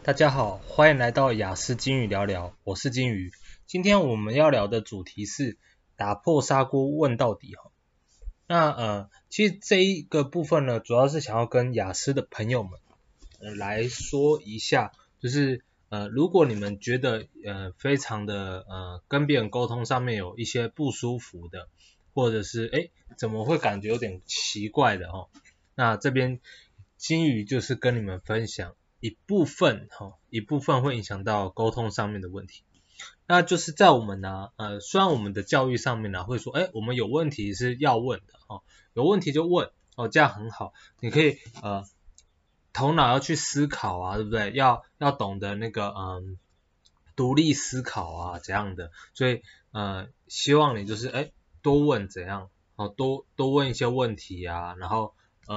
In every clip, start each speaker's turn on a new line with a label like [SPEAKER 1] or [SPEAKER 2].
[SPEAKER 1] 大家好，欢迎来到雅思金鱼聊聊，我是金鱼。今天我们要聊的主题是打破砂锅问到底。其实这一个部分呢，主要是想要跟雅思的朋友们来说一下，就是如果你们觉得非常的跟别人沟通上面有一些不舒服的，或者是怎么会感觉有点奇怪的那这边金鱼就是跟你们分享一部分会影响到沟通上面的问题。那就是在我们虽然我们的教育上面会说我们有问题是要问的有问题就问这样很好，你可以头脑要去思考对不对？要懂得那个独立思考这样的，所以希望你就是多问怎样多问一些问题然后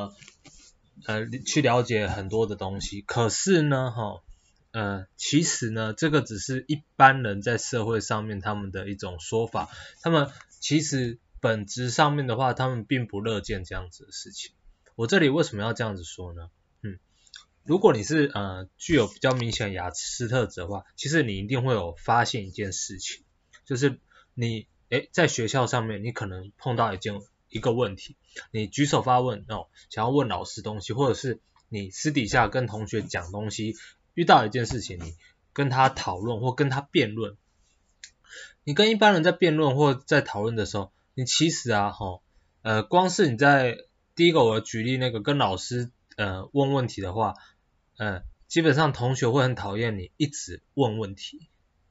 [SPEAKER 1] 去了解很多的东西。可是呢其实呢这个只是一般人在社会上面他们的一种说法，他们其实本质上面的话他们并不乐见这样子的事情。我这里为什么要这样子说呢？如果你是具有比较明显的雅思特质的话，其实你一定会有发现一件事情，就是你在学校上面你可能碰到一个问题，你举手发问想要问老师东西，或者是你私底下跟同学讲东西，遇到一件事情你跟他讨论或跟他辩论，你跟一般人在辩论或在讨论的时候，你其实光是你在第一个我举例那个跟老师问问题的话，基本上同学会很讨厌你一直问问题。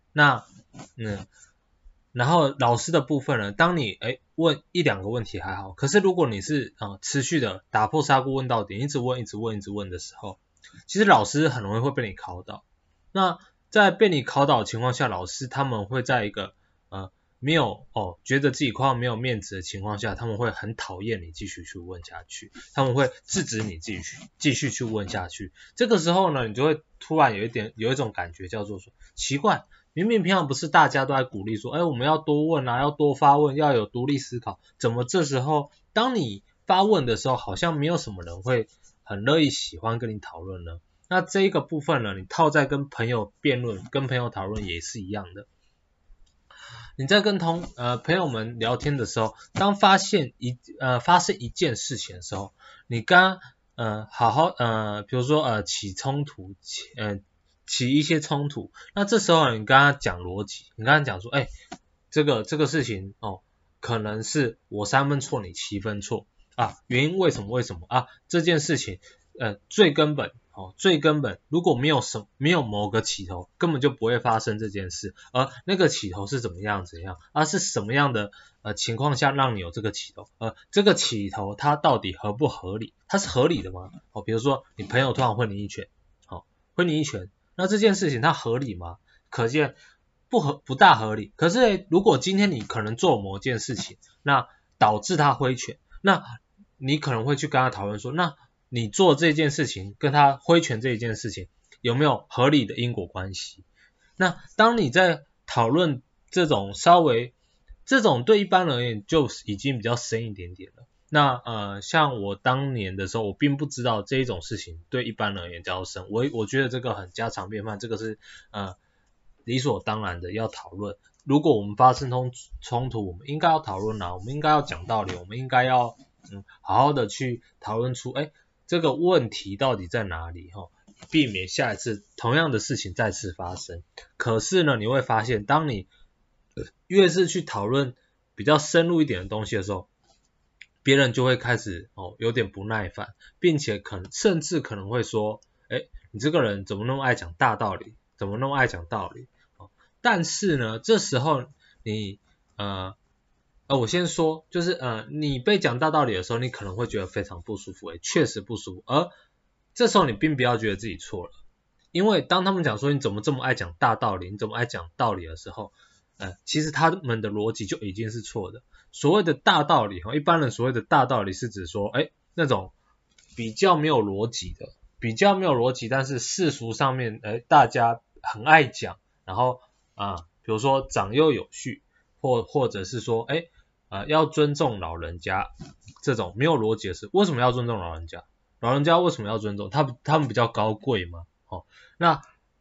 [SPEAKER 1] 然后老师的部分呢，当你问一两个问题还好，可是如果你是持续的打破砂锅问到底，一直问的时候，其实老师很容易会被你考倒。那在被你考倒的情况下，老师他们会在一个没有觉得自己快要没有面子的情况下，他们会很讨厌你继续去问下去，他们会制止你继续去问下去。这个时候呢，你就会突然有一种感觉叫做说奇怪，明明平常不是大家都在鼓励说我们要多问要多发问，要有独立思考，怎么这时候当你发问的时候好像没有什么人会很乐意喜欢跟你讨论呢？那这一个部分呢，你套在跟朋友辩论跟朋友讨论也是一样的。你在跟朋友们聊天的时候，当发生一件事情的时候，你刚比如说起冲突，起一些冲突，那这时候你跟他讲逻辑，你跟他讲说这个事情可能是我3分错你7分错原因为什么这件事情最根本如果没有某个起头，根本就不会发生这件事，而那个起头是怎样是什么样的情况下让你有这个起头，这个起头它到底合不合理，它是合理的吗？比如说你朋友突然挥你一拳那这件事情它合理吗？可见不大合理。可是如果今天你可能做某件事情，那导致他挥拳，那你可能会去跟他讨论说，那你做这件事情跟他挥拳这一件事情有没有合理的因果关系？那当你在讨论这种对一般人而言就已经比较深一点点了。那像我当年的时候，我并不知道这一种事情对一般人而言较深，我觉得这个很家常便饭，这个是理所当然的要讨论。如果我们发生冲突，我们应该要讨论我们应该要讲道理，我们应该要好好的去讨论出这个问题到底在哪里避免下一次同样的事情再次发生。可是呢，你会发现当你越是去讨论比较深入一点的东西的时候，别人就会开始有点不耐烦，并且甚至可能会说你这个人怎么那么爱讲大道理，怎么那么爱讲道理但是呢，这时候你我先说，就是你被讲大道理的时候，你可能会觉得非常不舒服，确实不舒服。而这时候你并不要觉得自己错了，因为当他们讲说你怎么这么爱讲大道理，你怎么爱讲道理的时候，其实他们的逻辑就已经是错的。所谓的大道理一般人所谓的大道理是指说那种比较没有逻辑的，但是世俗上面大家很爱讲，然后比如说长幼有序，或者是说要尊重老人家，这种没有逻辑的事。为什么要尊重老人家？老人家为什么要尊重？他们比较高贵吗？那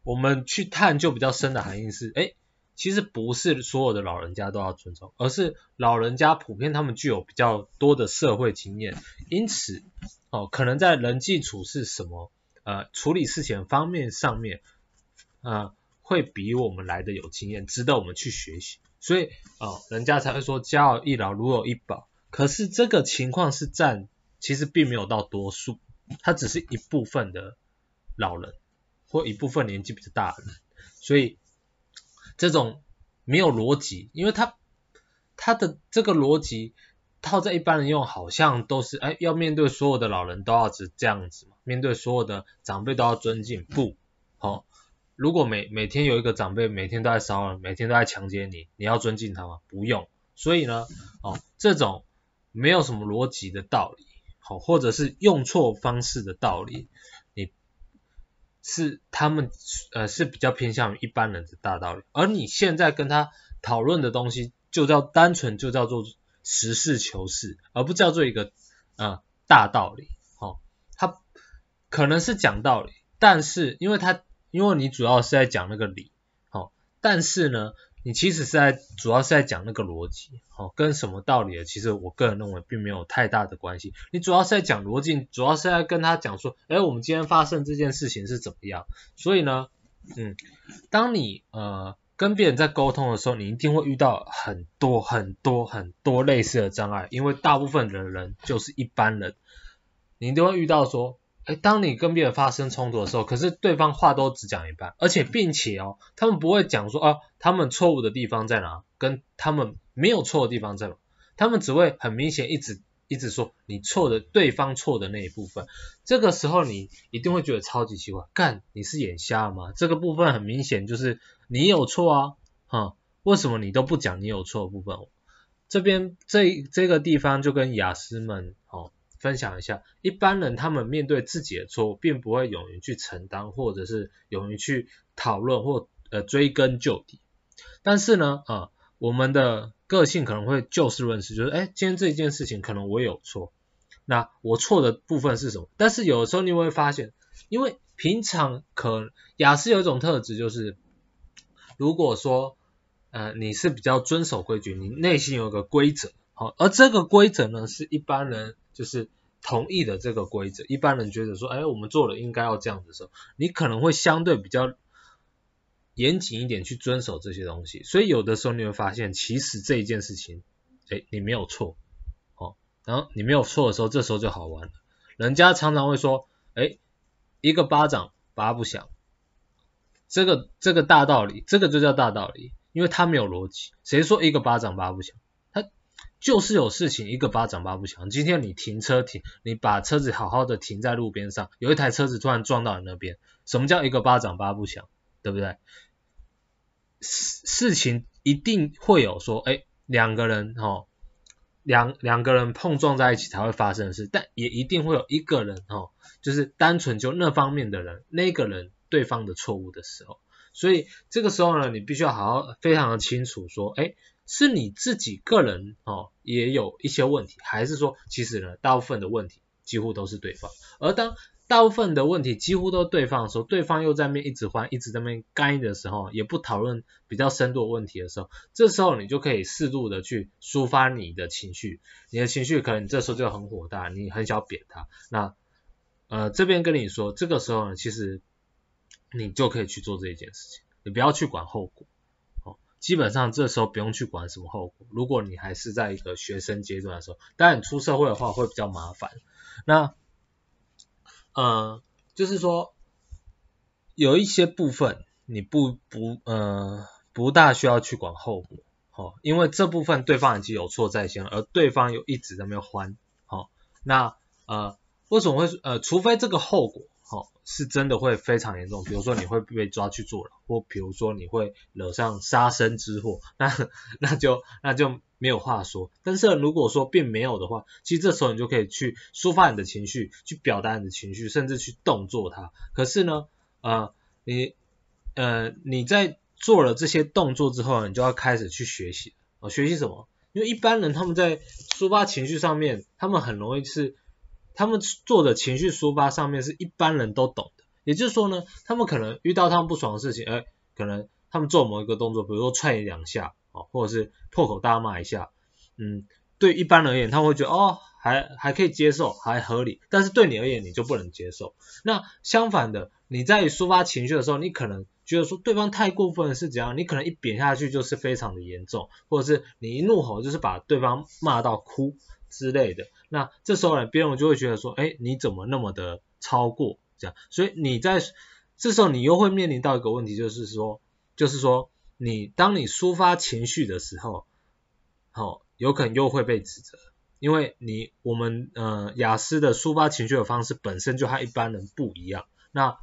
[SPEAKER 1] 我们去探究比较深的含义是，其实不是所有的老人家都要尊重，而是老人家普遍他们具有比较多的社会经验，因此可能在人际处事什么处理事情方面上面会比我们来的有经验，值得我们去学习，所以人家才会说家有一老如有一宝，可是这个情况是其实并没有到多数，它只是一部分的老人或一部分年纪比较大的人，所以这种没有逻辑，因为他的这个逻辑套在一般人用，好像都是要面对所有的老人都要这样子嘛，面对所有的长辈都要尊敬，不如果每天有一个长辈每天都在骚扰，每天都在强奸你，你要尊敬他吗？不用。所以呢这种没有什么逻辑的道理或者是用错方式的道理，他们是比较偏向于一般人的大道理，而你现在跟他讨论的东西单纯就叫做实事求是，而不叫做一个大道理他可能是讲道理，但是因为你主要是在讲那个理但是呢你其实主要是在讲那个逻辑跟什么道理其实我个人认为并没有太大的关系，你主要是在讲逻辑，主要是在跟他讲说我们今天发生这件事情是怎么样，所以呢当你跟别人在沟通的时候，你一定会遇到很多很多很多类似的障碍，因为大部分的人就是一般人，你一定会遇到说当你跟别人发生冲突的时候，可是对方话都只讲一半，而且并且他们不会讲说他们错误的地方在哪，跟他们没有错的地方在哪，他们只会很明显一直说你错的，对方错的那一部分，这个时候你一定会觉得超级奇怪，干你是眼瞎吗？这个部分很明显就是你有错为什么你都不讲你有错的部分？这边这个地方就跟雅思们分享一下，一般人他们面对自己的错误，并不会勇于去承担，或者是勇于去讨论或追根究底。但是呢，我们的个性可能会就事论事，就是今天这一件事情可能我有错，那我错的部分是什么？但是有的时候你会发现，因为平常雅思有一种特质，就是如果说你是比较遵守规矩，你内心有个规则，而这个规则呢是一般人就是同意的这个规则，一般人觉得说我们做了应该要这样子的时候，你可能会相对比较严谨一点去遵守这些东西，所以有的时候你会发现其实这一件事情你没有错然后你没有错的时候，这时候就好玩了，人家常常会说一个巴掌巴不响，这个大道理，这个就叫大道理，因为它没有逻辑，谁说一个巴掌巴不响？它就是有事情一个巴掌巴不响。今天你你把车子好好的停在路边上，有一台车子突然撞到你那边，什么叫一个巴掌巴不响？对不对？事情一定会有说两个人两个人碰撞在一起才会发生的事，但也一定会有一个人就是单纯就那方面的人，那个人对方的错误的时候，所以这个时候呢，你必须要非常的清楚说是你自己个人也有一些问题，还是说其实呢大部分的问题几乎都是对方，而当大部分的问题几乎都是对方的时候，对方又在那边一直在那边干的时候，也不讨论比较深度的问题的时候，这时候你就可以适度的去抒发你的情绪，你的情绪可能这时候就很火大，你很想扁他，那这边跟你说，这个时候呢，其实你就可以去做这一件事情，你不要去管后果基本上这时候不用去管什么后果，如果你还是在一个学生阶段的时候，当然你出社会的话会比较麻烦，那就是说有一些部分你不大需要去管后果因为这部分对方已经有错在先，而对方又一直在那边还那为什么会除非这个后果是真的会非常严重，比如说你会被抓去坐牢，或比如说你会惹上杀身之祸，那就没有话说。但是如果说并没有的话，其实这时候你就可以去抒发你的情绪，去表达你的情绪，甚至去动作它。可是呢你在做了这些动作之后，你就要开始去学习学习什么？因为一般人他们在抒发情绪上面，他们很容易他们做的情绪抒发上面是一般人都懂的， 也就是说呢，他们可能遇到他们不爽的事情，可能他们做某一个动作，比如说踹你2下，或者是破口大骂一下，对一般人而言，他们会觉得还可以接受，还合理，但是对你而言你就不能接受。那相反的，你在抒发情绪的时候，你可能觉得说对方太过分是怎样，你可能一扁下去就是非常的严重，或者是你一怒吼就是把对方骂到哭之类的。那这时候呢，别人就会觉得说，你怎么那么的超过这样？所以这时候你又会面临到一个问题，就是说当你抒发情绪的时候，有可能又会被指责。因为我们亚斯的抒发情绪的方式本身就和一般人不一样，那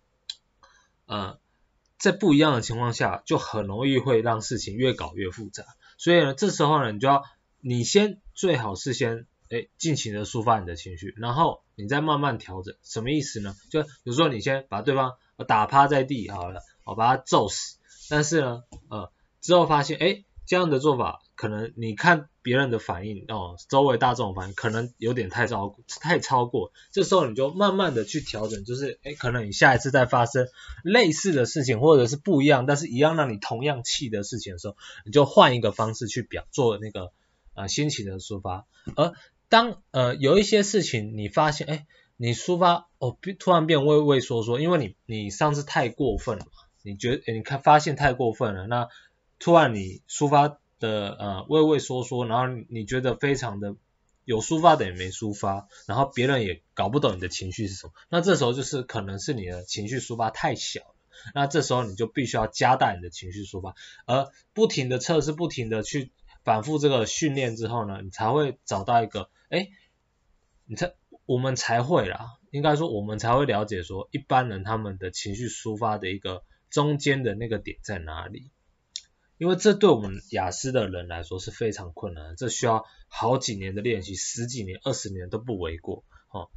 [SPEAKER 1] 在不一样的情况下，就很容易会让事情越搞越复杂。所以呢，这时候呢，你最好是先尽情的抒发你的情绪，然后你再慢慢调整。什么意思呢？就比如说你先把对方打趴在地好了，把他揍死，但是呢之后发现这样的做法可能你看别人的反应周围大众的反应可能有点太超过，这时候你就慢慢的去调整，就是可能你下一次再发生类似的事情或者是不一样但是一样让你同样气的事情的时候，你就换一个方式去做那个心情的抒发。而当有一些事情你发现你抒发突然变畏畏缩缩，因为你上次太过分了嘛，你发现太过分了，那突然你抒发的畏畏缩缩，然后你觉得非常的有抒发的也没抒发，然后别人也搞不懂你的情绪是什么，那这时候就是可能是你的情绪抒发太小了，那这时候你就必须要加大你的情绪抒发，而不停的测试，不停的去反复这个训练之后呢，你才会找到一个我们才会啦，应该说我们才会了解说一般人他们的情绪抒发的一个中间的那个点在哪里。因为这对我们亚斯的人来说是非常困难的，这需要好几年的练习，10几年、20年都不为过。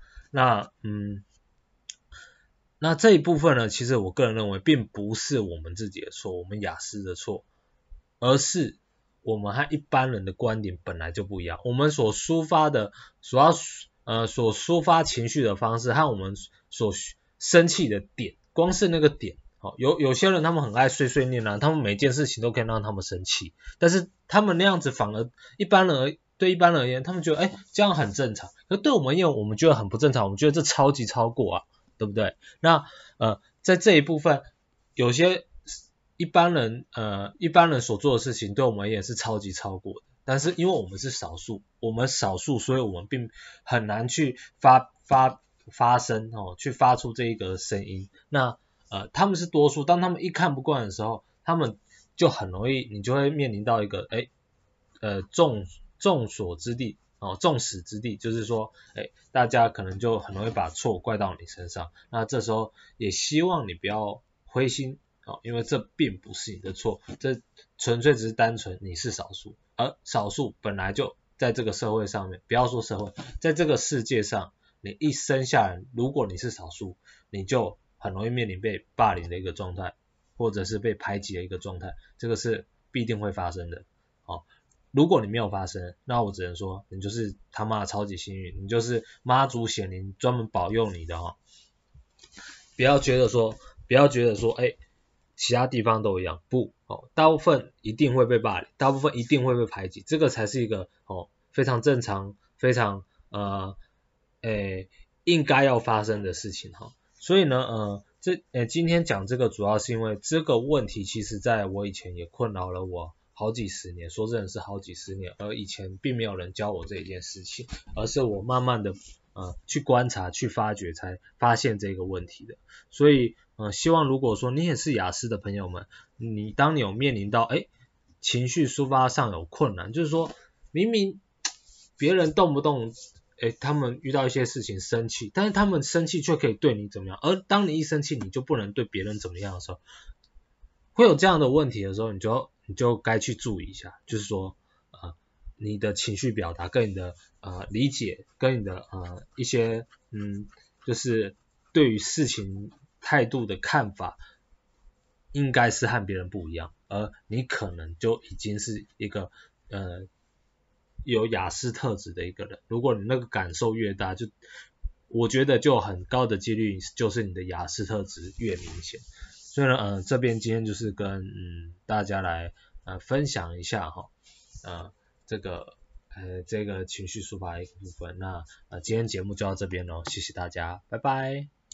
[SPEAKER 1] 那这一部分呢，其实我个人认为并不是我们自己的错，我们亚斯的错，而是我们和一般人的观点本来就不一样，我们所抒发情绪的方式和我们所生气的点，光是那个点。有些人他们很爱碎碎念他们每件事情都可以让他们生气，但是他们那样子反而对一般人而言，他们觉得这样很正常，可对我们而言我们觉得很不正常，我们觉得这超级超过对不对？那在这一部分，有些一般人所做的事情对我们而言是超级超过的，但是因为我们是少数，所以我们并很难去发声去发出这一个声音。那他们是多数，当他们一看不惯的时候，他们就很容易，你就会面临到一个众矢之的，就是说大家可能就很容易把错怪到你身上。那这时候也希望你不要灰心因为这并不是你的错，这纯粹只是单纯你是少数，而少数本来就在这个社会上面，不要说社会，在这个世界上，你一生下来，如果你是少数，你就很容易面临被霸凌的一个状态，或者是被排挤的一个状态，这个是必定会发生的。如果你没有发生，那我只能说你就是他妈的超级幸运，你就是妈祖显灵专门保佑你的不要觉得说其他地方都一样，不大部分一定会被霸凌，大部分一定会被排挤，这个才是一个非常正常，非常应该要发生的事情所以呢今天讲这个主要是因为这个问题其实在我以前也困扰了我好几十年，说真的是好几十年，而以前并没有人教我这一件事情，而是我慢慢的去观察去发掘才发现这个问题的。所以希望如果说你也是亚斯的朋友们，当你有面临到情绪抒发上有困难，就是说明明别人动不动他们遇到一些事情生气，但是他们生气却可以对你怎么样，而当你一生气你就不能对别人怎么样的时候，会有这样的问题的时候，你就该去注意一下，就是说你的情绪表达跟你的理解跟你的一些就是对于事情态度的看法应该是和别人不一样，而你可能就已经是一个有亚斯特质的一个人，如果你那个感受越大，就我觉得就很高的几率就是你的雅思特质越明显。所以呢，这边今天就是跟大家来分享一下哈，这个情绪抒发的一个部分。那今天节目就到这边咯，谢谢大家，拜拜。